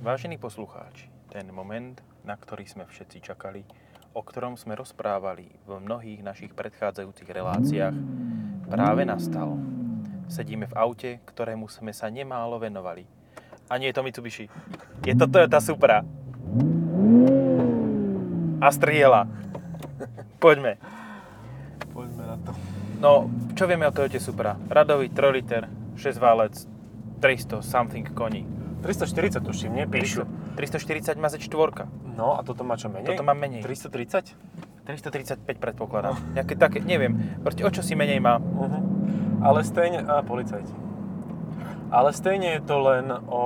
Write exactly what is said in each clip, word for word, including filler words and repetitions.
Vážení poslucháči, ten moment, na ktorý sme všetci čakali, o ktorom sme rozprávali v mnohých našich predchádzajúcich reláciách, práve nastal. Sedíme v aute, ktorému sme sa nemálo venovali. A nie je to Mitsubishi. Je to Toyota Supra. A striela. Poďme. Poďme na to. No, čo vieme o Toyote Supra? Radový tri liter, šesťválec, tristo something koní. tristoštyridsať tuším, nie? Píšu. tristoštyridsať má zet štyri. No a toto má čo menej? Toto má menej. tristotridsať? tristotridsaťpäť predpokladám. Nejaké také, neviem. Proste o čo si menej má. Uh-huh. Ale stejne, a policajti. Ale stejne je to len o,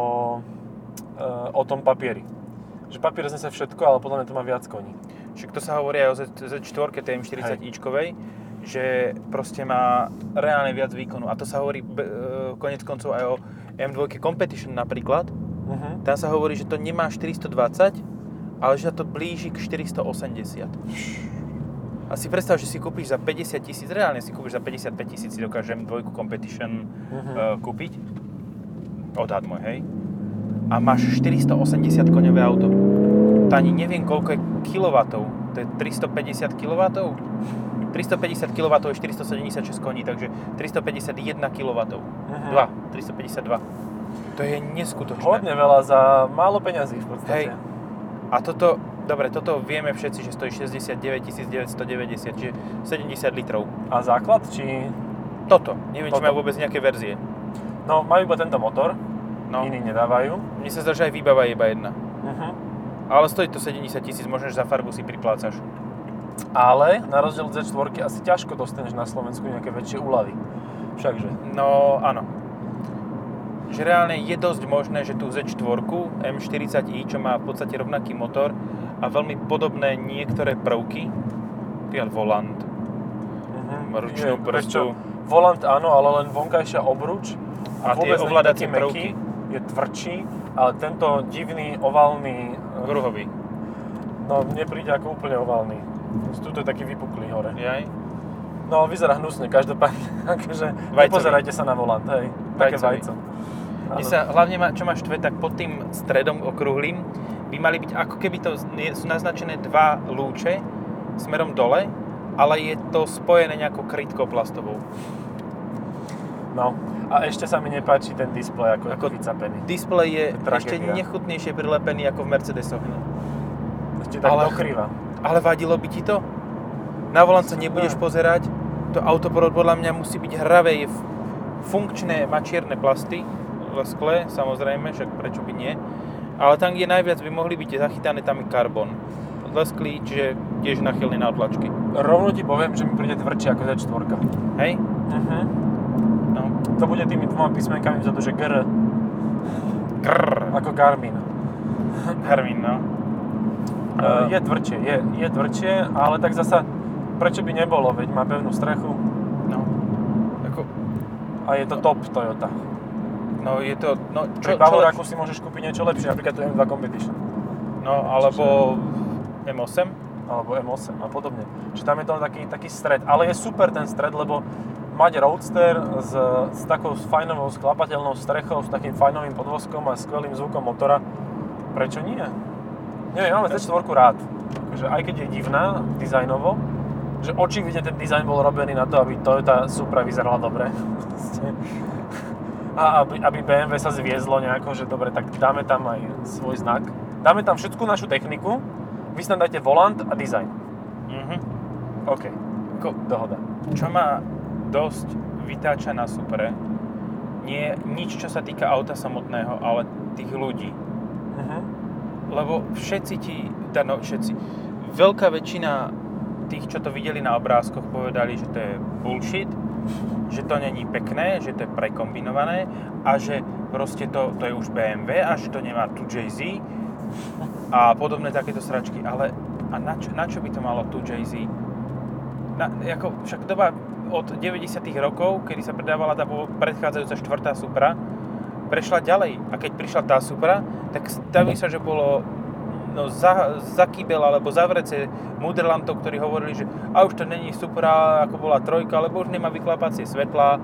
o tom papieri. Že papier znese všetko, ale podľa mňa to má viac koní. Však to sa hovorí aj o zet štyri, tej em štyridsať ičkovej, že proste má reálne viac výkonu. A to sa hovorí koniec koncov aj o em dva Competition napríklad. Uh-huh. Tam sa hovorí, že to nemá štyristodvadsať, ale že sa to blíži k štyristoosemdesiat. A si predstav, že si kúpiš za päťdesiat tisíc, reálne si kúpiš za päťdesiatpäť tisíc, si dokáže em dva Competition uh-huh. uh, kúpiť. Odhad môj, hej. A máš štyristoosemdesiat koňové auto. To ani neviem, koľko je kilowattov. To je tristopäťdesiat kilowattov? tristopäťdesiat kilowattov je štyristosedemdesiatšesť koní, takže tristopäťdesiatjeden kilowattov. Uh-huh. dva, tristopäťdesiatdva. To je neskutočné. Hodne veľa za málo peňazí v podstate. Hej. A toto, dobre, toto vieme všetci, že stojí šesťdesiatdeväť tisíc deväťstodeväťdesiat, čiže sedemdesiat litrov. A základ, či... Toto. Neviem, Toto. či majú vôbec nejaké verzie. No, majú iba tento motor, No. iní nedávajú. Mne sa zdá, že aj výbava je iba jedna. Uh-huh. Ale stojí to sedemdesiat tisíc, možno, že za farbu si priplácaš. Ale na rozdiel od zet štyri asi ťažko dostaneš na Slovensku nejaké väčšie úľavy. Všakže. No, áno. Že reálne je dosť možné, že tú zet štyri em štyridsať i, čo má v podstate rovnaký motor a veľmi podobné niektoré prvky, napríklad volant, Uh-huh. ručnú brzdu. Volant áno, ale len vonkajšia obruč A a, tie vôbec ovládacie není taký prvky? mäkký, je tvrdší, ale tento divný oválny... Kruhový. No, mne príde ako úplne oválny. Tuto je taký vypuklý hore. Jaj? No, vyzerá hnusne, každopádne, akože Vajcový. nepozerajte sa na volant, hej. Také Vajcový. vajco. Mne Áno. sa hlavne, ma, čo ma štve, tak pod tým stredom okrúhlym by mali byť, ako keby to nie- sú naznačené dva lúče smerom dole, ale je to spojené nejakou krytkou plastovou. No, a ešte sa mi nepáči ten displej, ako, ako Ako- vycapený. Displej je To je ešte tragédia. nechutnejšie prilepený ako v Mercedesoch. No. Ešte tak ale- dokrýva. Ale vadilo by ti to? Na volant sa nebudeš Ne. pozerať. To auto podľa mňa musí byť hravé, je f- funkčné, má čierne plasty, skle, samozrejme, však prečo by nie. Ale tam, kde najviac by mohli byť zachytané, tam je karbon. Lesklý, čiže tiež nachylný na otlačky. Rovno ti poviem, že mi príde tvrdšie ako zet štyri. Hej? Uh-huh. No. To bude tými dvoma písmenkami vzadu, že G R, Grrr. ako Garmin. Garmin, no. Uh, je tvrdšie, je, je tvrdšie, ale tak zasa, prečo by nebolo, veď má pevnú strechu No. Ako, a je to top Toyota. no je to, no čo, Pri čo Bavoráku lepšie? si môžeš kúpiť niečo lepšie, napríklad tu em dva Competition, No, alebo em osem. alebo em osem a podobne. Čiže tam je to taký, taký stred, ale je super ten stred, lebo mať Roadster s, s takou fajnovou sklapateľnou strechou, s takým fajnovým podvozkom a skvelým zvukom motora, prečo nie? Neviem, máme zet štyri rád. Akože aj keď je divná dizajnovo, že očividne ten dizajn bol robený na to, aby Toyota Supra vyzerala dobre. A aby, aby bé em vé sa zviezlo nejako, že dobre, tak dáme tam aj svoj znak. Dáme tam všetku našu techniku, vy si tam dajte volant a dizajn. Mhm. OK, Ako, dohoda. čo ma dosť vytáča na Supre, nie je nič, čo sa týka auta samotného, ale tých ľudí. Uh-huh. Lebo všetci ti, teda no všetci, veľká väčšina tých, čo to videli na obrázkoch, povedali, že to je bullshit, že to není pekné, že to je prekombinované a že proste to, to je už bé em vé a že to nemá tu jé zet a podobné takéto sračky. Ale a na čo, na čo by to malo tu jé zet? Na, ako, však doba od deväťdesiatych rokov, kedy sa predávala tá predchádzajúca štvrtá Supra, prešla ďalej. A keď prišla tá Supra, tak staví sa, že bolo no, za, zakýbel alebo zavrece múdrlantov, ktorí hovorili, že a už to není Supra, ako bola trojka, lebo už nemá vyklapacie svetlá,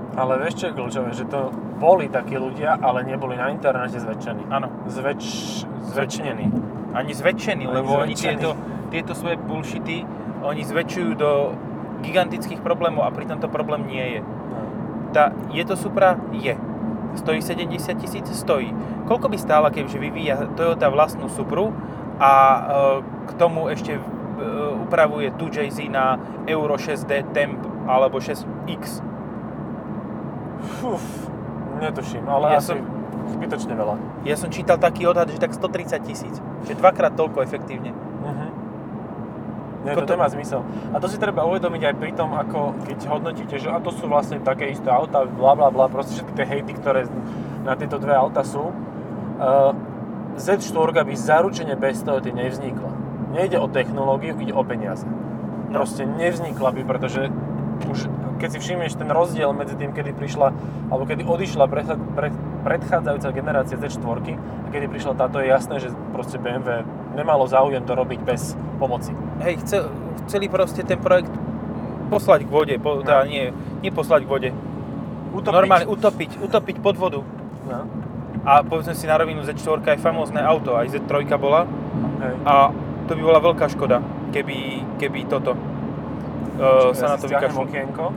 Ale vieš čo je kľúčové, že to boli takí ľudia, ale neboli na internete zväčšení. Áno. Zväč... Zväčšnení. Ani zväčšení, Ani lebo oni zväčšení. tieto, tieto svoje bullshity, oni zväčšujú do gigantických problémov a pritom to problém nie je. No. Tá, je to Supra? Je. Stojí sedemdesiat tisíc? Stojí. Koľko by stála, kebyže vyvíja Toyota vlastnú Supru a e, k tomu ešte e, upravuje two J Z na Euro šesť D Temp alebo šesť X? Fuf, netuším, ale Ja asi som- zbytočne veľa. Ja som čítal taký odhad, že tak stotridsať tisíc. Že dvakrát toľko efektívne. Uh-huh. Nie, to Toto- nemá zmysel. A to si treba uvedomiť aj pri tom, ako keď hodnotíte, že a to sú vlastne také isté autá, bla bla bla, proste všetky tie hejty, ktoré na tieto dve autá sú. Uh, zet štyri by zaručene bez Toyoty nevznikla. Nejde o technológiu, ide o peniaze. No. Proste nevznikla by, pretože už keď si všimneš ten rozdiel medzi tým, kedy prišla, alebo kedy odišla predcha- pred, predchádzajúca generácia zet štyri a kedy prišla táto, je jasné, že proste bé em vé nemalo záujem to robiť bez pomoci. Hej, chcel, chceli proste ten projekt poslať k vode, po, teda nie, nie poslať k vode. Utopiť. Normálne utopiť, utopiť pod vodu. No. A povedzme si na rovinu, zet štyri je famózne auto, aj zet tri bola. Hej. A to by bola veľká škoda, keby, keby toto uh, sa na to vykašľú. vykašľú. Okienko.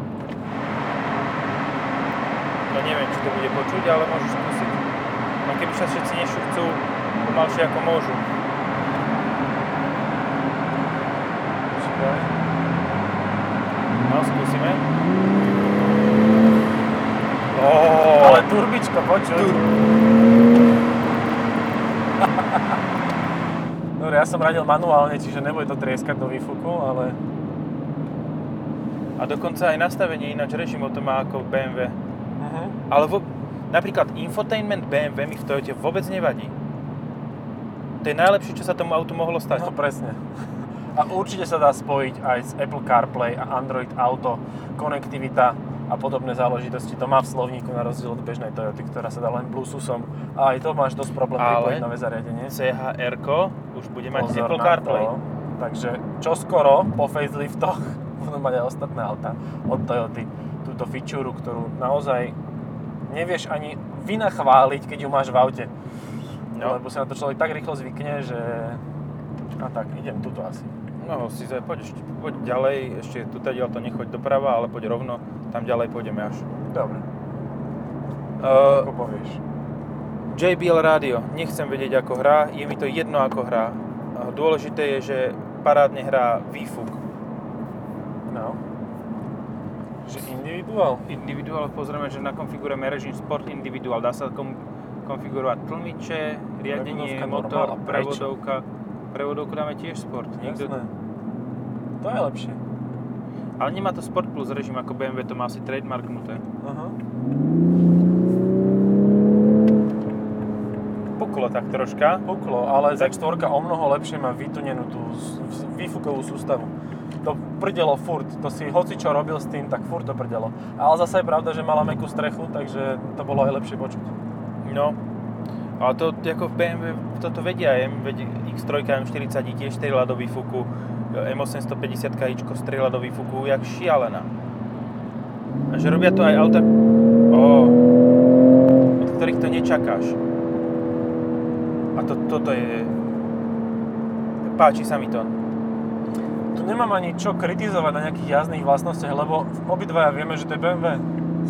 No neviem, či to bude počuť, ale môžeš skúsiť. No keby sa všetci nešuchcú pomalšie ako môžu. Počkaj. No, skúsime. Oh, Ale turbičko, počuť. Tur- Dobre, ja som radil manuálne, čiže nebude to trieskať do výfuku, ale... A dokonca aj nastavenie ináč režimov to má ako v bé em vé. Uh-huh. Ale vo, napríklad infotainment bé em vé mi v Toyote vôbec nevadí. To je najlepšie, čo sa tomu autu mohlo stať. No presne. A určite sa dá spojiť aj s Apple CarPlay a Android Auto, konektivita a podobné záležitosti. To má v slovníku na rozdiel od bežnej Toyoty, ktorá sa dá len Bluetoothom. A aj to máš dosť problém Ale pripojiť nové zariadenie. cé há erko už bude mať Pozor Apple na CarPlay. to. Takže čoskoro po faceliftoch budú mať aj ostatné autá od Toyoty túto fičúru, ktorú naozaj nevieš ani vynachváliť, keď ju máš v aute. No. Lebo sa na to človek tak rýchlo zvykne, že... A tak, idem tuto asi. No, si za, poď, ešte, poď ďalej, ešte tu ďalej to nechoď doprava, ale poď rovno, tam ďalej pôjdeme až. Dobre, Uh, ako povieš. jé bé el rádio, nechcem vedieť ako hrá, je mi to jedno ako hrá. Uh, dôležité je, že parádne hrá výfuk. No. Že individuál? Individuál, pozrieme, že nakonfigurujeme režim Sport Individual, dá sa kom, konfigurovať tlmiče, riadenie, Prevodovka motor, normál, a prečo? prevodovka. Prevodovku dáme tiež Sport. Niekto, Jasné. To je lepšie. ale nemá to Sport Plus režim ako bé em vé, to má asi trademarknuté. Aha. Puklo tak troška. Puklo, ale zet štyri o mnoho lepšie má vytunenú tú s- s- výfukovú sústavu. To prdelo furt, to si hoci čo robil s tým, tak furt to prdelo. Ale zase je pravda, že mala mäkkú strechu, takže to bolo aj lepšie počuť. No, ale to ako v bé em vé toto vedia, M, veď iks tri em štyridsať tiež strieľa do výfuku, em osemstopäťdesiat ičko strieľa do výfuku, jak šialená. A že robia to aj auta, oh, od ktorých to nečakáš. A to, toto je... Páči sa mi to. Tu nemám ani čo kritizovať na nejakých jazdných vlastnostiach, lebo obidvaja vieme, že to je bé em vé.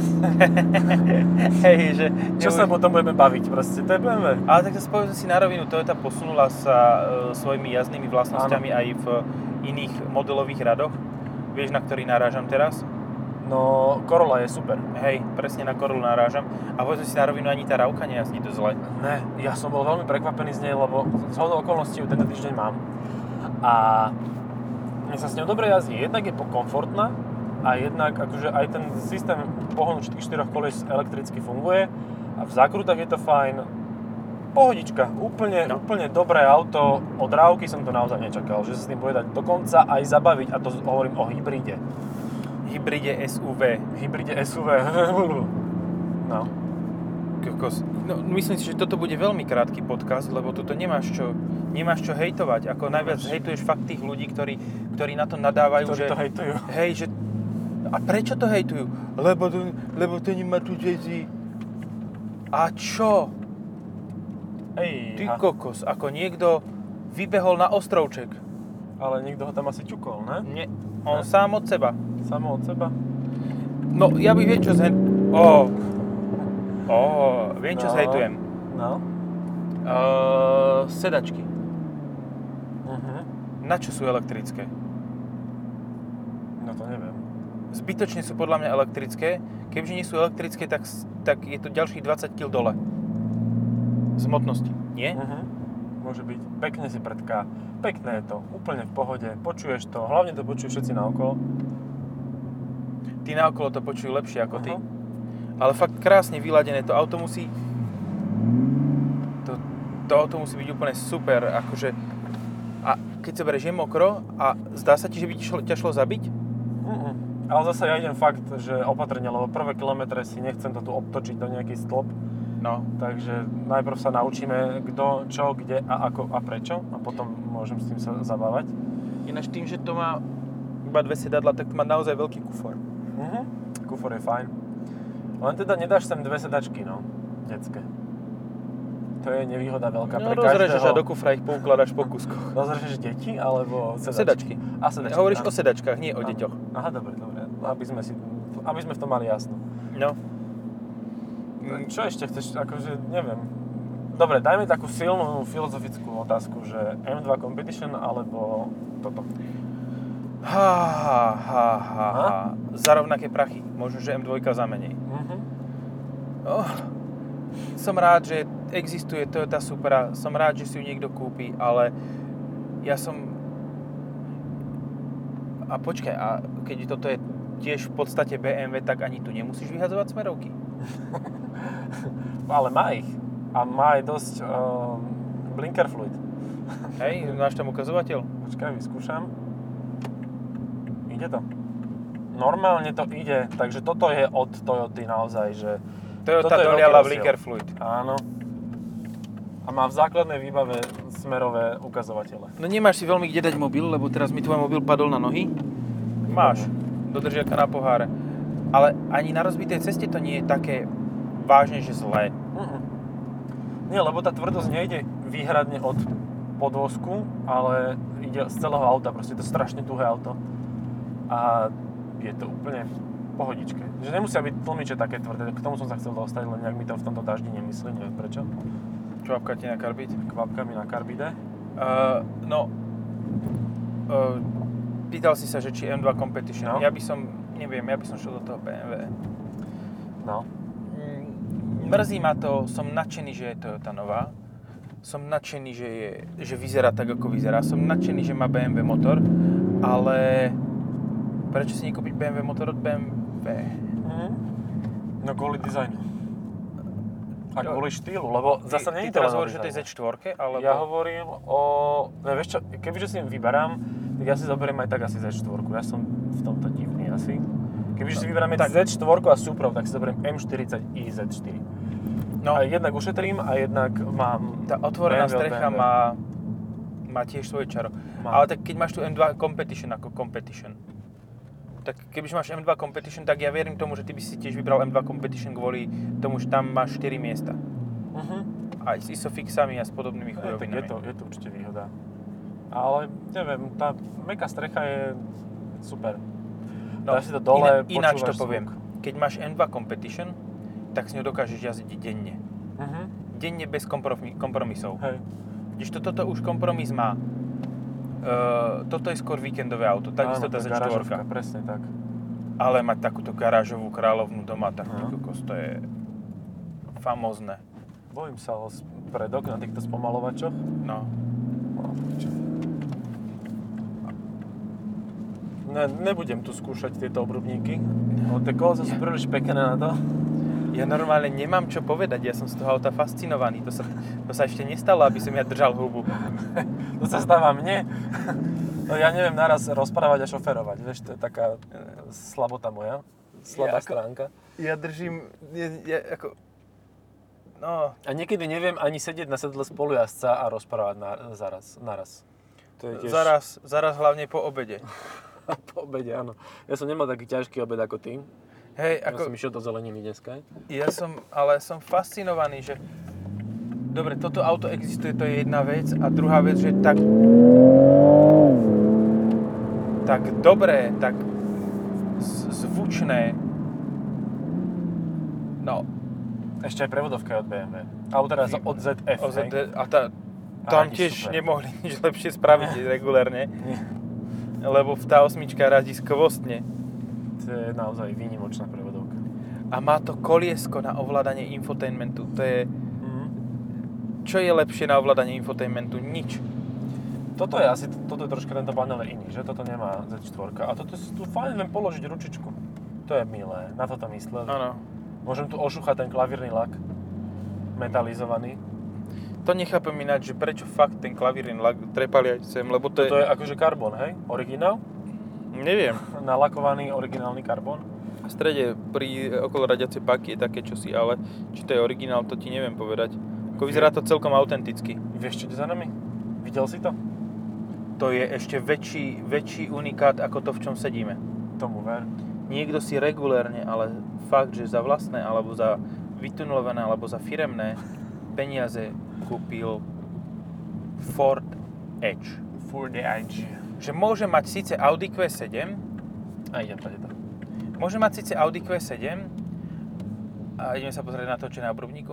Hej, že... Čo sa potom budeme baviť proste, to je bé em vé. Ale tak sa povedzme si na rovinu, Toyota posunula sa e, svojimi jazdnými vlastnosťami aj v iných modelových radoch. Vieš, na ktorý narážam teraz? No, Corolla je super. Hej, presne na Corollu narážam. A povedzme si na rovinu, ani tá Rauka nejazdí to zle. Ne, ja som bol veľmi prekvapený z nej, lebo z hodou okolností ju tento týždeň mám. A mne sa s ňou dobre jazdí. Jednak je komfortná a jednak akože aj ten systém pohonu všetkých štyroch kolies elektricky funguje a v zákrutách je to fajn. Pohodička, úplne, No. úplne dobré auto. Od Rauky som to naozaj nečakal, že sa s tým bude dať dokonca aj zabaviť, a to hovorím o hybride. Hybride es ú vé. Hybride es ú vé. No. Kokos. No, myslím si, že toto bude veľmi krátky podcast, lebo toto nemáš čo, nemáš čo hejtovať. Ako najviac hejtuješ fakt tých ľudí, ktorí, ktorí na to nadávajú, Ktorí že... to hejtujú. Hej, že... A prečo to hejtujú? Lebo to, lebo to nemá tu Jay-Z. A čo? Ej, Ty ha. kokos, ako niekto vybehol na ostrovček. Ale niekto ho tam asi čukol, ne? Nie, on Ne? sám od seba. Samo od seba? No, ja bych vie, čo zhen... Ó, ó, viem, čo No. zhejtujem. No. Uh, sedačky. Uh-huh. Na čo sú elektrické? No to neviem. Zbytočne sú podľa mňa elektrické. Kebyže nie sú elektrické, tak, tak je to ďalších dvadsať kilogramov dole. Z hmotnosti, nie? Uh-huh. Môže byť. Pekne si predká. Pekné je to. Úplne v pohode. Počuješ to. Hlavne to počujú všetci naokolo. Tí naokolo to počujú lepšie ako ty. Uh-huh. Ale fakt krásne vyladené. To auto musí... To, to auto musí byť úplne super. Akože... A keď sa bereš, je mokro a zdá sa ti, že by ti šlo, ťa šlo zabiť? Uh-uh. Ale zase ja idem fakt, že opatrne, lebo prvé kilometre si nechcem to tu obtočiť do nejaký stĺp. No. Takže najprv sa naučíme, kto, čo, kde a ako a prečo a potom môžem s tým sa zabávať. Ináč tým, že to má iba dve sedadla, tak to má naozaj veľký kufor. Uh-huh. Kufor je fajn. Len teda nedáš sem dve sedačky, no, detské. To je nevýhoda veľká No pre rozrežeš každého. a do kufra ich poukladaš po kuskoch. Rozrežeš deti alebo sedačky? Sedačky. A sedačky. Hovoríš áno. o sedačkách, nie o Áno. deťoch. Aha, dobre, dobre. Aby sme, si, aby sme v tom mali jasno. No. Čo ešte chceš, akože, neviem. Dobre, dajme takú silnú filozofickú otázku, že em dva Competition alebo toto. Ha, ha, ha, ha, ha. Za rovnaké prachy. Možno, že em dva za menej. Uh-huh. Oh, som rád, že existuje Toyota Supra. Som rád, že si ju niekto kúpi, ale ja som... A počkaj, a keď toto je tiež v podstate bé em vé, tak ani tu nemusíš vyhadzovať smerovky. Ale má ich. A má aj dosť um, blinker fluid. Hej, máš tam ukazovateľ? Počkaj, vyskúšam. Ide to. Normálne to ide, takže toto je od Toyoty naozaj, že... Toyota toto je doliala veľký rozdiel. blinker fluid. Áno. A má v základnej výbave smerové ukazovatele. No nemáš si veľmi kde dať mobil, lebo teraz mi tvoj mobil padol na nohy. Máš. Do držiaka na poháre. Ale ani na rozbitej ceste to nie je také vážne, že zlé. Uh-uh. Nie, lebo tá tvrdosť nejde výhradne od podvozku, ale ide z celého auta, proste je to strašne tuhé auto. A je to úplne pohodičke. Že nemusia byť tlmiče také tvrdé, k tomu som sa chcel dostať, len nejak mi to v tomto daždi nemyslí, neviem prečo. Kvapka ti na karbid? Kvapkami na karbide. Uh, no, uh, pýtal si sa, že či em dva Competition. No. Ja by som, neviem, ja by som šiel do toho bé em vé. No. Mm, mrzí ma to, som nadšený, že je Toyota nová. Som nadšený, že, je, že vyzerá tak, ako vyzerá. Som nadšený, že má bé em vé motor, ale prečo si nekúpiť bé em vé motor od bé em vé? Mm. No kvôli dizajnu. A No. kvôli štýlu, lebo zase Ty, nie ty je to teraz len o hovoríš o tej dizajne. zet štyri, alebo... Ja hovorím o... Ne, vieš čo, kebyže si vyberám, tak ja si zoberiem aj tak asi zet štyri. Ja som v tomto divný asi. Kebyže si vyberám tak. zet štyri a Supra, tak si zoberiem em štyridsať i zet štyri. No, A jednak ušetrím a jednak mám... tá otvorená bé em vé od strecha bé em vé. má, má tiež svoje čaro. Má. Ale tak keď máš tu em dva Competition ako Competition, tak kebyže máš em dva Competition, tak ja verím tomu, že ty by si tiež vybral em dva Competition kvôli tomu, že tam máš štyri miesta. Uh-huh. Aj s isofixami a s podobnými Je, tak je, chujovinami. to, je to určite výhoda. Ale neviem, tá mäkká strecha je super. No, Dáš si to dole, iná, ináč to počúvaš poviem. zvuk. Keď máš em dva Competition, tak s ňou dokážeš jazdiť denne. Uh-huh. Denne bez kompromi- kompromisov. Hej. Kdežto toto už kompromis má. Uh, toto je skôr víkendové auto, takisto Áno, tá to je zet štyri. garážovka, presne tak. Ale mať takúto garážovú kráľovnú doma, tak Aha. kokos, to je famózne. Bojím sa o spredok na týchto spomalovačoch. No. No, čo? Ne, nebudem tu skúšať tieto obrubníky. No, tie kolesa sú príliš pekné na to. Ja normálne nemám čo povedať, ja som z toho auta fascinovaný. To sa, to sa ešte nestalo, aby som ja držal hubu. To sa stáva mne. No, ja neviem naraz rozprávať a šoferovať. Vieš, to je taká e, slabota moja. Slabá Ja ako- stránka. Ja držím, ja, ja ako... No, A niekedy neviem ani sedieť na sedle spolujazdca a rozprávať na, zaraz, naraz. To je tiež... zaraz, zaraz hlavne po obede. Po obede, áno. Ja som nemal taký ťažký obed ako ty. Hej, Ja ako... som išiel do zeleniny dneska. Ja som, ale som fascinovaný, že... Dobre, toto auto existuje, to je jedna vec. A druhá vec, že tak... Tak dobré, tak z- zvučné. No. Ešte aj prevodovka je od bé em vé. Alebo teraz od zet ef, O, hej? A tá, tam Radi tiež super. nemohli nič lepšie spraviť regulérne. Lebo tá osmička radí skvostne. To je naozaj výnimočná prevodovka. A má to koliesko na ovládanie infotainmentu. To je... Mhm. Čo je lepšie na ovládanie infotainmentu? Nič. Toto je asi, toto je troška tento panel iný, že? Toto nemá zet štyri. A toto si tu fajn viem položiť ručičku. To je milé, na toto mysleli. Áno. Môžem tu ošúchať ten klavírny lak. Metalizovaný. To nechápem ináč, že prečo fakt ten klavírny lak trepali aj sem, lebo to Toto je... je akože karbon, hej? Originál? Neviem. Nalakovaný originálny karbon? V strede pri okolo radiacej páky je také čosi, ale či to je originál, to ti neviem povedať. Ako vyzerá to celkom autenticky. Vieš, čo ide za nami? Videl si to? To je ešte väčší, väčší unikát ako to, v čom sedíme. Tomu ver. Niekto si regulérne, ale fakt, že za vlastné, alebo za vytunelované, alebo za firemné peniaze kúpil Ford Edge. Ford Edge. Že môže mať síce Audi kvé sedem, A idem tady to. môže mať síce Audi kvé sedem, a ideme sa pozrieť na to, čo je na obrubníku.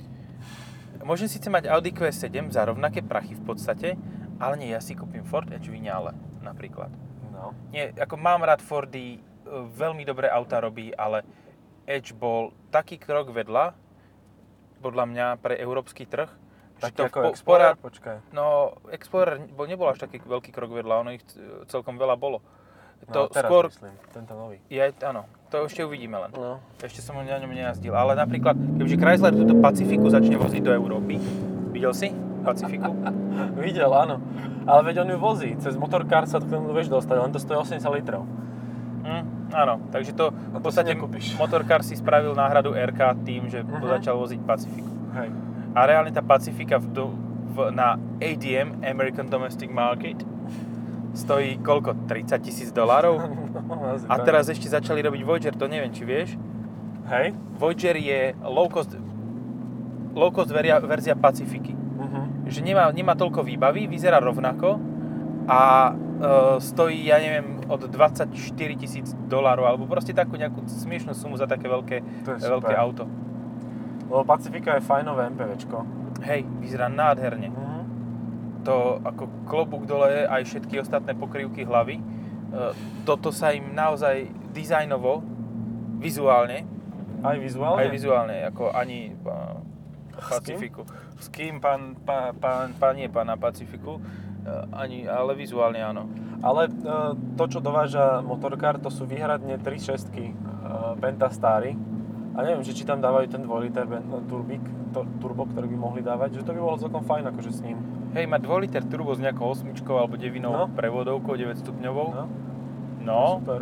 Môžem síce mať Audi kvé sedem za rovnaké prachy v podstate, ale nie, ja si kúpim Ford Edge Vignale napríklad. No. Nie, ako mám rád Fordy, veľmi dobré auta robí, ale Edge bol taký krok vedľa, podľa mňa, pre európsky trh. že Taký to ako po- Explorer? porad- Počkaj. No, Explorer bol, nebol až taký veľký krok vedľa, ono ich celkom veľa bolo. No, To teraz skôr, myslím, tento nový. je, áno, to ešte uvidíme len. No. Ešte som ho na ňom nejazdil, ale napríklad, keďže Chrysler túto Pacifiku začne voziť do Európy, videl si Pacifiku? Videl, áno. Ale veď on ju vozí. Cez Motorcar sa k tomu vieš dostať, len to stojí osemdesiat litrov. Hm, áno, takže to A v to si podstate nekúpiš. Motorcar si spravil náhradu er ká tým, že Mhm. začal voziť Pacifiku. Hej. A reálne tá Pacifika v, do- v, na á dé em, American Domestic Market, stojí koľko? tridsať tisíc dolárov? No, asi A tak. teraz ešte začali robiť Voyager, to neviem, či vieš. Hej? Voyager je low cost, low cost veria, verzia Pacifiky. Mhm. Že nemá, nemá toľko výbavy, vyzerá rovnako a e, stojí, ja neviem, od dvadsaťštyri tisíc dolárov, alebo proste takú nejakú smiešnú sumu za také veľké, To je veľké super. auto. Lebo Pacifika je fajnové MPVčko. Hej, vyzerá nádherne. Mhm. To ako klobúk dole, aj všetky ostatné pokrývky hlavy. E, toto sa im naozaj dizajnovo, vizuálne, Aj vizuálne? aj vizuálne, ako ani pá, S kým? Pacifiku. S kým, pán, pán, pán, pán nie pán na Pacifiku, e, ani, ale vizuálne áno. Ale e, to, čo dováža Motorcar, to sú výhradne tri šestky e, Pentastáry. A neviem, že či tam dávajú ten dva liter ben- turbík, to, turbo, ktorý by mohli dávať, že to by bolo celkom fajn akože s ním. Hej, má dva liter turbo s nejakou osmičkou alebo devinou No. prevodovkou, deväť stupňovou. No, No, super.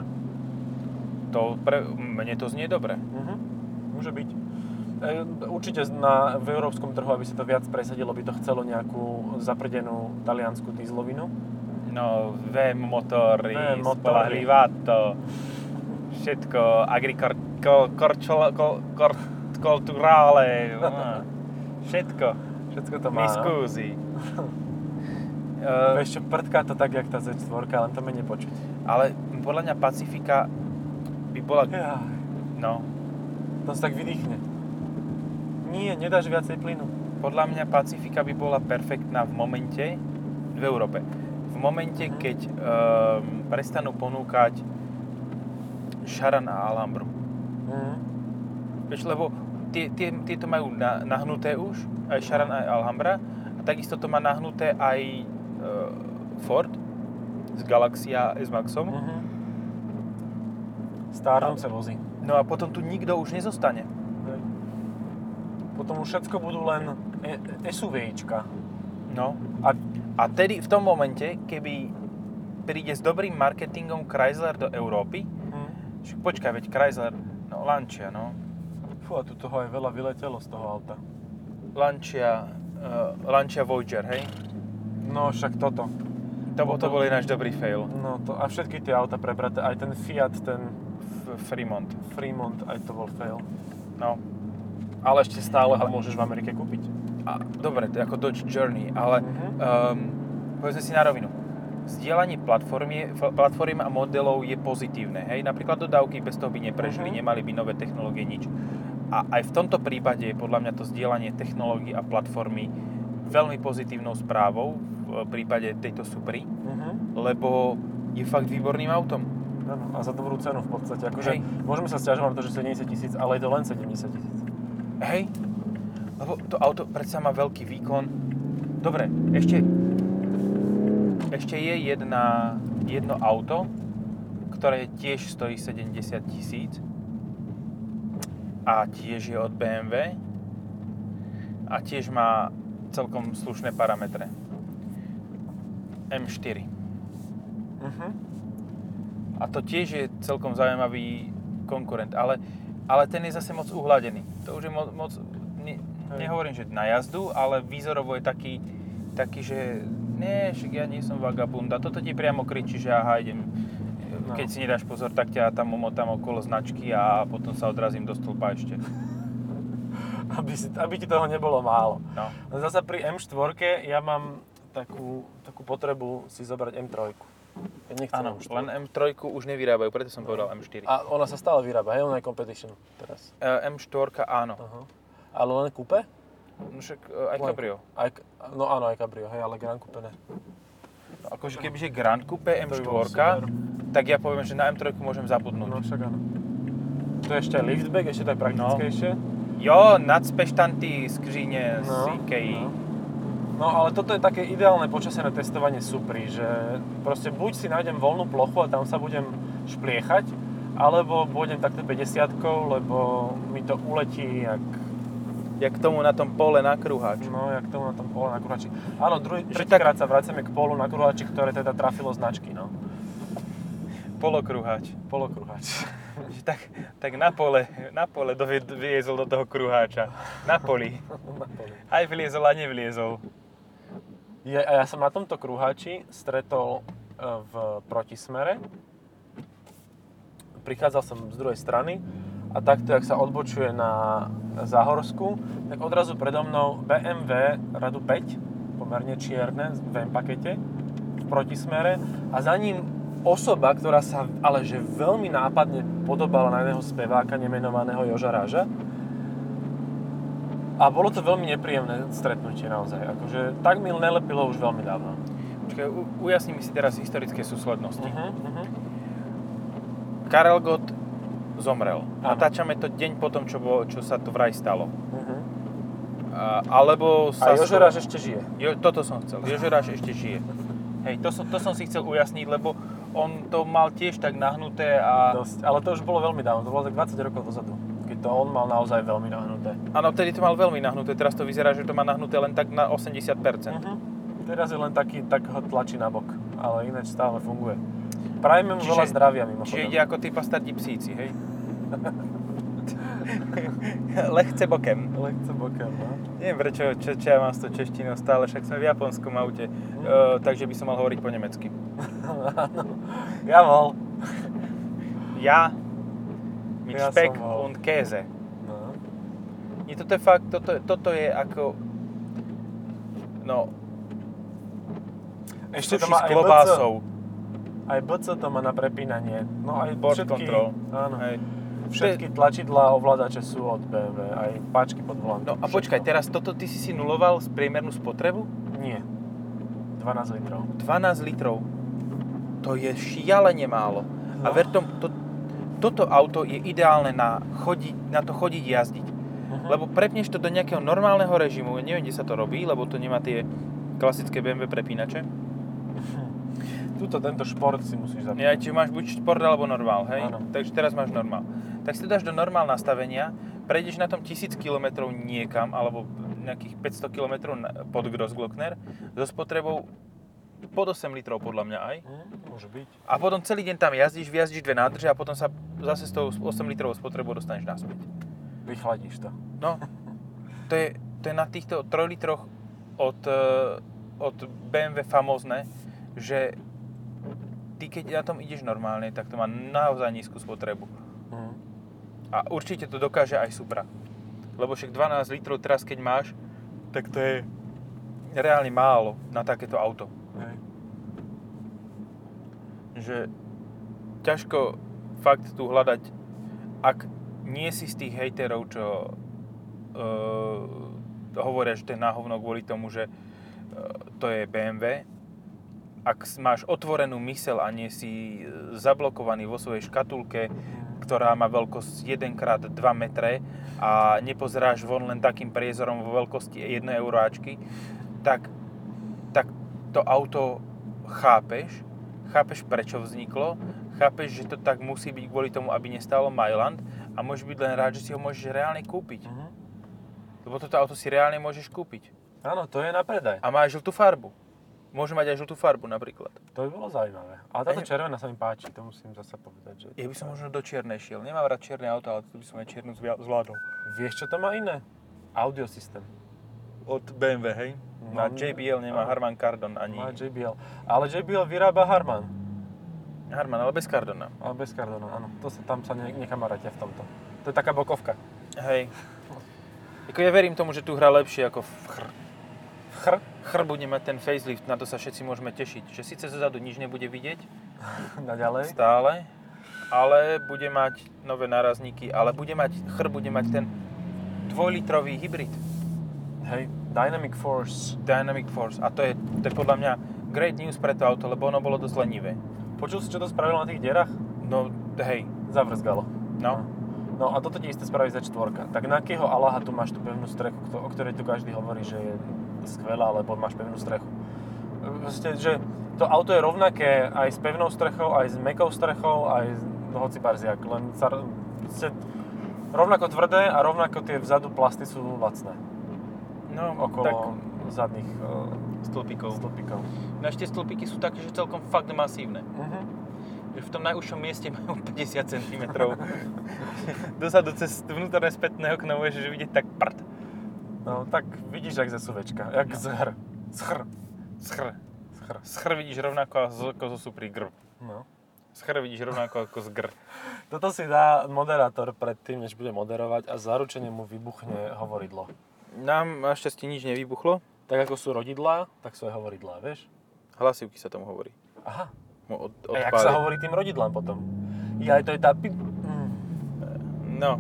to pre, mne to znie dobre. Mhm. Môže byť. E, určite na, v európskom trhu, aby sa to viac presadilo, by to chcelo nejakú zaprdenú taliansku dieselovinu. No, V M motory, V M motory. spolahlivato, všetko, agricor, ko, korčolo, ko, kor, kulturale, no, všetko, Všetko to mi má. No? skúsi. Uh, Vieš čo, prdká to tak, jak tá zet štyri, len to menej počuť. ale podľa mňa Pacifika by bola, Ja, no, to sa tak vydýchne. Nie, nedáš viacej plynu. podľa mňa Pacifika by bola perfektná v momente, v Európe, v momente, Mhm. keď um, prestanú ponúkať Charan a Alhambru. Mhm. Vieš, lebo tie, tie, tieto majú na, nahnuté už, aj Charan, aj Alhambra. A takisto to má nahnuté aj e, Ford z Galaxia S-Maxom. Mhm. Stárnúce vozy. No a potom tu nikto už nezostane. Hej. Potom už všetko budú len e- SUVčka. No. A A tedy v tom momente, keby príde s dobrým marketingom Chrysler do Európy, hm. však počkaj, veď Chrysler, no Lancia, no. Fú, a tu toho aj veľa vyletelo z toho auta. Lancia, uh, Lancia Voyager, hej? No však toto. To, bol, to bol ináč dobrý fail. No to, a všetky tie auta prebraté, aj ten Fiat, ten F- Fremont. Fremont, aj to bol fail. No. Ale ešte stále ho Ale- môžeš v Amerike kúpiť. A, dobre, to je ako Dodge Journey, ale Mhm. um, povedzme si na rovinu. Zdieľanie platformy, platform a modelov je pozitívne. Hej? Napríklad dodávky bez toho by neprežili, Mhm. nemali by nové technológie, nič. A aj v tomto prípade je podľa mňa to zdieľanie technológií a platformy veľmi pozitívnou správou v prípade tejto Supry, Mhm. lebo je fakt výborným autom. Áno, a za dobrú cenu v podstate. Akože Hej. môžeme sa sťažovať na to, že sedemdesiat tisíc, ale je to len sedemdesiat tisíc. Hej, lebo to auto predsa má veľký výkon. Dobre, ešte, ešte je jedna, jedno auto, ktoré tiež stojí sedemdesiat tisíc a tiež je od bé em vé a tiež má celkom slušné parametre. em štyri. Mhm. A to tiež je celkom zaujímavý konkurent, ale, ale ten je zase moc uhladený. To už je moc, moc ne, nehovorím, že na jazdu, ale výzorovo je taký, taký že nie, však ja nie som vagabunda. Toto ti priamo kričí, že aha, idem. No. Keď si nedáš pozor, tak ťa tam omotám okolo značky a potom sa odrazím do stĺpa ešte. Aby, si, aby ti toho nebolo málo. No. Zasa pri em štyri ja mám takú, takú potrebu si zobrať em tri. Ja nechcem Áno, em štyri. len em tri už nevyrábajú, preto som povedal em štyri. A ona sa stále vyrába, hej? Ona je competition teraz. E, em štyri áno. Aha. Ale len kúpe? No však e, aj Len- Cabrio. Aj, no áno, aj Cabrio, hej, ale Grand Coupe ne. Akože kebyže Grand Coupe em To by štyri, bolo super. tak ja poviem, že na em tri môžem zabudnúť. No však áno. To je ešte aj liftback, ešte tak praktickejšie. Jo, nadspeštanty skříne z IKEA. No. no ale toto je také ideálne počasie na testovanie Supry, že proste buď si nájdem voľnú plochu a tam sa budem špliechať, alebo pôjdem takto päťdesiatkou, lebo mi to uletí jak... Jak tomu na tom pole na kruháč. No, jak tomu na tom pole na kruhači. Áno, druhý, Že tretíkrát sa vraceme k polu na kruhači, ktoré teda trafilo značky, no. Polokruháč. Polokruhač. Že tak, tak na pole, na pole dovie- vyliezol do toho kruháča. Na poli. Na poli. Aj vliezol a nevliezol. Je, a ja som na tomto kruhači stretol e, v protismere. Prichádzal som z druhej strany a takto, jak sa odbočuje na Záhorsku, tak odrazu predo mnou bé em vé radu päť, pomerne čierne, v em pakete, v protismere a za ním osoba, ktorá sa ale že veľmi nápadne podobala na jedného speváka nemenovaného Joža Ráža. A bolo to veľmi nepríjemné stretnutie naozaj. Akože tak mi nelepilo už veľmi dávno. Počkaj, u- ujasni mi si teraz historické súslednosti. Uh-huh, uh-huh. Karel Gott zomrel. Áno. Natáčame to deň potom, čo, bolo, čo sa to vraj stalo. Uh-huh. A, alebo A sa... Jožo Ráž ešte žije. Jo, toto som chcel. Jožo Ráž ešte žije. Hej, to som, to som si chcel ujasniť, lebo on to mal tiež tak nahnuté a... Dosť, ale to už bolo veľmi dávno, to bolo tak dvadsať rokov dozadu. Keď to on mal naozaj veľmi nahnuté. Áno, vtedy to mal veľmi nahnuté, teraz to vyzerá, že to má nahnuté len tak na osemdesiat percent. Uh-huh. Teraz je len taký, tak ho tlačí na bok, ale ináč stále funguje. Prajme mu Čiže- veľa zdravia mimochodom. Čiže ide ako tí pastardí psíci, hej? Lehce bokem. Lekce bokem, no. Neviem prečo, čo, čo ja mám s tou češtinou stále, však sme v japonskom aute, Mm. uh, takže by som mal hovoriť po nemecky. Áno. Ja vol. Ja, mit Ja Speck som mal. und Käse. No. Nie, toto je fakt, toto, toto je ako... No, Ešte to sushi má s aj klobásou. bé cé. Aj bé cé to má na prepínanie. No aj Board všetky, control. áno, Hej. všetky tlačidlá, ovládače sú od bé em vé, aj páčky pod volantom. No a počkaj, teraz toto ty si si nuloval z priemernú spotrebu? Nie. dvanásť litrov. dvanásť litrov. To je šialene málo. A No. ver tom, to, toto auto je ideálne na, chodiť, na to chodiť, jazdiť. Uh-huh. Lebo prepneš to do nejakého normálneho režimu, neviem, kde sa to robí, lebo to nemá tie klasické bé em vé prepínače. Tuto tento šport si musíš zapnúť. Ja, či máš buď šport alebo normál, hej? Áno. Takže teraz máš normál. Tak si to dáš do normál nastavenia, prejdeš na tom tisíc kilometrov niekam, alebo nejakých päťsto kilometrov na- pod Grossglockner, so spotrebou pod osem litrov podľa mňa aj. Hm, môže byť. A potom celý deň tam jazdíš, vyjazdíš dve nádrže a potom sa zase s tou osem litrovou spotrebou dostaneš naspäť. Vychladíš to. No, to je, to je na týchto troj litroch od, eh, od bé em vé famózne, že ty keď na tom ideš normálne, tak to má naozaj nízku spotrebu. Mhm. A určite to dokáže aj Supra. Lebo však dvanásť litrov teraz keď máš, tak to je reálne málo na takéto auto. Hej. Že ťažko fakt tu hľadať, ak nie si z tých hejterov, čo uh, hovoria, že to je na hovno kvôli tomu, že uh, to je bé em vé. Ak máš otvorenú myseľ a nie si zablokovaný vo svojej škatulke, ktorá má veľkosť jeden krát dva metre a nepozeráš von len takým priezorom vo veľkosti jednej euráčky, tak, tak to auto chápeš, chápeš prečo vzniklo, chápeš, že to tak musí byť kvôli tomu, aby nestálo Mailand a môžeš byť len rád, že si ho môžeš reálne kúpiť. Mhm. Lebo toto auto si reálne môžeš kúpiť. Áno, to je na predaj. A má aj žltú farbu. Môže mať aj žltú farbu napríklad. To by bolo zaujímavé. Ale táto Aj- červená sa mi páči, to musím zase povedať, že... Ja by som možno do čiernej šiel. Nemám rád čierne auto, ale tu by som aj čiernu zvia- zvládol. Vieš, čo to má iné? Audiosystém. Od bé em vé, hej? No, Na jé bé el nemá áno. Harman Kardon ani... Má jé bé el. Ale jé bé el vyrába Harman. Harman, ale bez Kardona. Ale bez Cardona, áno. To sa, tam sa ne, nekamarátia v tomto. To je taká bokovka. Hej. Ako ja verím tomu, že tu hrá lepšie ako v chr. Chr? Chr bude mať ten facelift, na to sa všetci môžeme tešiť. Že síce zezadu nič nebude vidieť, Naďalej. stále, ale bude mať nové nárazníky, ale bude mať, chr bude mať ten dvojlitrový hybrid. Hej, Dynamic Force. Dynamic Force. A to je, to je podľa mňa great news pre to auto, lebo ono bolo dosť lenivé. Počul si, čo to spravilo na tých dierach? No, hej. Zavrzgalo. No. No a toto ti isté spraví zet štyri. Tak na akého Allaha tu máš tú pevnú strechu, o ktorej tu každý hovorí, že je skvelá, lebo máš pevnú strechu. Proste, že to auto je rovnaké aj s pevnou strechou, aj s mäkkou strechou, aj s hoci barziak, len sa proste, rovnako tvrdé a rovnako tie vzadu plasty sú lacné. No, Okolo tak zadných uh, stĺpikov. stĺpikov. Naš tie stĺpiky sú také, že celkom fakt masívne. Uh-huh. Že v tom najúžšom mieste majú päťdesiat centimetrov. Dozadu cez vnútorné spätné okno môžeš vidieť tak prd. No tak vidíš, jak z SUVčka, jak No. z hr. Schr. Schr. Schr. Schr vidíš rovnako ako zo Supry gr. No. Schr vidíš rovnako ako z gr. Toto si dá moderátor predtým, než bude moderovať a zaručene mu vybuchne hovoridlo. Nám našťastie nič nevybuchlo. Tak ako sú rodidlá, tak sú aj hovoridlá, vieš? Hlasivky sa tomu hovorí. Aha. Od, A jak sa hovorí tým rodidlám potom? Ja, to je tá... pi- Mm. No,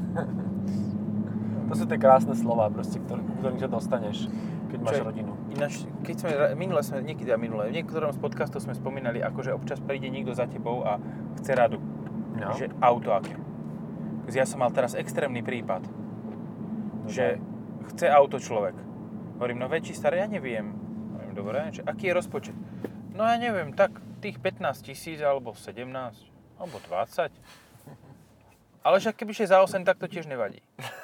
To sú tie krásne slová, proste, ktorý, ktorým sa dostaneš, keď máš Čo je- rodinu. ináč, keď sme, ra- minule sme, niekedy a minule, v niektorom z podcastov sme spomínali, akože občas príde niekto za tebou a chce radu. No. Že auto aké. Ja som mal teraz extrémny prípad, že chce auto človek. Hovorím, no väčší, staré, ja neviem. Hovorím, dobre, že aký je rozpočet? No ja neviem, tak tých pätnásť tisíc, alebo sedemnásť, alebo dvadsať. Ale však keby je za osem, tak to tiež nevadí.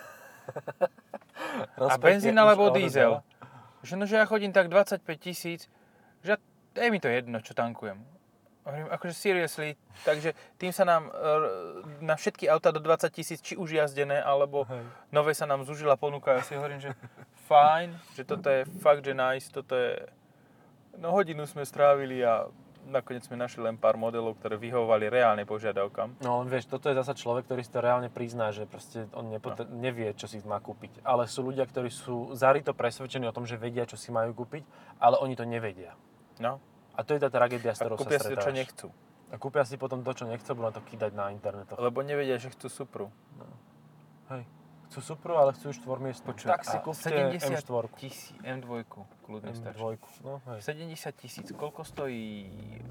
A benzín alebo diesel? Že no, že ja chodím tak dvadsaťpäť tisíc, že je mi to jedno, čo tankujem. Hovorím, akože seriously, takže tým sa nám e, na všetky auta do dvadsať tisíc, či už jazdené, alebo Hej. nové sa nám zúžila ponuka. Ja si hovorím, že fajn, že toto je fakt, že nice, toto je... No hodinu sme strávili a nakoniec sme našli len pár modelov, ktoré vyhovovali reálne požiadavkám. No len vieš, toto je zasa človek, ktorý si to reálne prizná, že proste on nepotre- no. nevie, čo si má kúpiť. Ale sú ľudia, ktorí sú zarito presvedčení o tom, že vedia, čo si majú kúpiť, ale oni to nevedia. No. A to je tá tragédia, s A ktorou sa kúpia si to, stretávaš. čo nechcú. A kúpia si potom to, čo nechcú, budú na to kýdať na internetoch. Lebo nevedia, že chcú Supru. Hej. Chcú Supru, ale chcú štvormiestnu. Počuj, Tak si a kúpte sedemdesiat em štyri. tisíc, em dva, kľudne em stačí. dva. No, hej. sedemdesiat tisíc, koľko stojí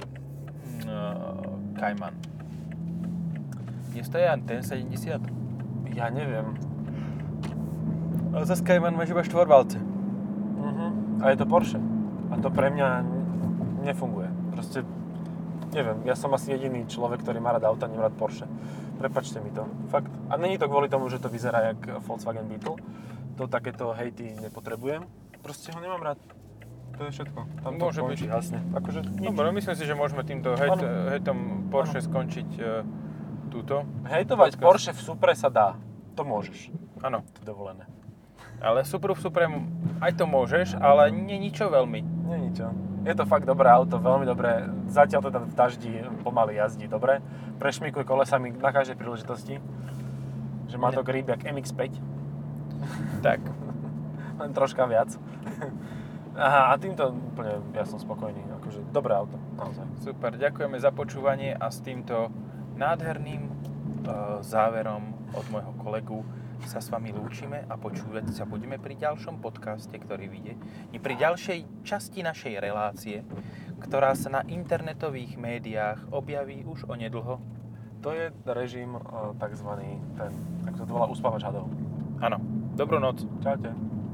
uh, Cayman? Nestojí ani ten sedemdesiat? Ja neviem. Ale zase Cayman máš iba štvorvalce. Uh-huh. A je to Porsche. A to pre mňa n- nefunguje. Proste, neviem, ja som asi jediný človek, ktorý má rád auta, nemá rád Porsche. Prepačte mi to. Fakt. A není to kvôli tomu, že to vyzerá jak Volkswagen Beetle. To takéto hejty nepotrebujem. Proste ho nemám rád. To je všetko. Tam to Môže končí, byť. hasne. Akože nič. Dobre, myslím si, že môžeme týmto hejt, Áno. hejtom Porsche skončiť uh, túto. Hejtovať Podcast. Porsche v Supre sa dá. To môžeš. Áno. To je dovolené. Ale Supru v Supremu aj to môžeš, ale nie ničo veľmi. Nie ničo. Je to fakt dobré auto, veľmi dobré. Zatiaľ teda v daždi pomaly jazdí dobre. Prešmykuje kolesami na každej príležitosti. Že má to grip jak em iks päť. Tak. Len troška viac. Aha, a týmto úplne ja som spokojný. Akože dobré auto, naozaj. Super, ďakujeme za počúvanie a s týmto nádherným uh, záverom od môjho kolegu sa s vami lúčime a počúvať sa budeme pri ďalšom podcaste, ktorý vyjde. I pri ďalšej časti našej relácie, ktorá sa na internetových médiách objaví už onedlho. To je režim uh, takzvaný, ten, ako sa to volá, uspávač hadov. Áno. Dobrú noc. Čaute.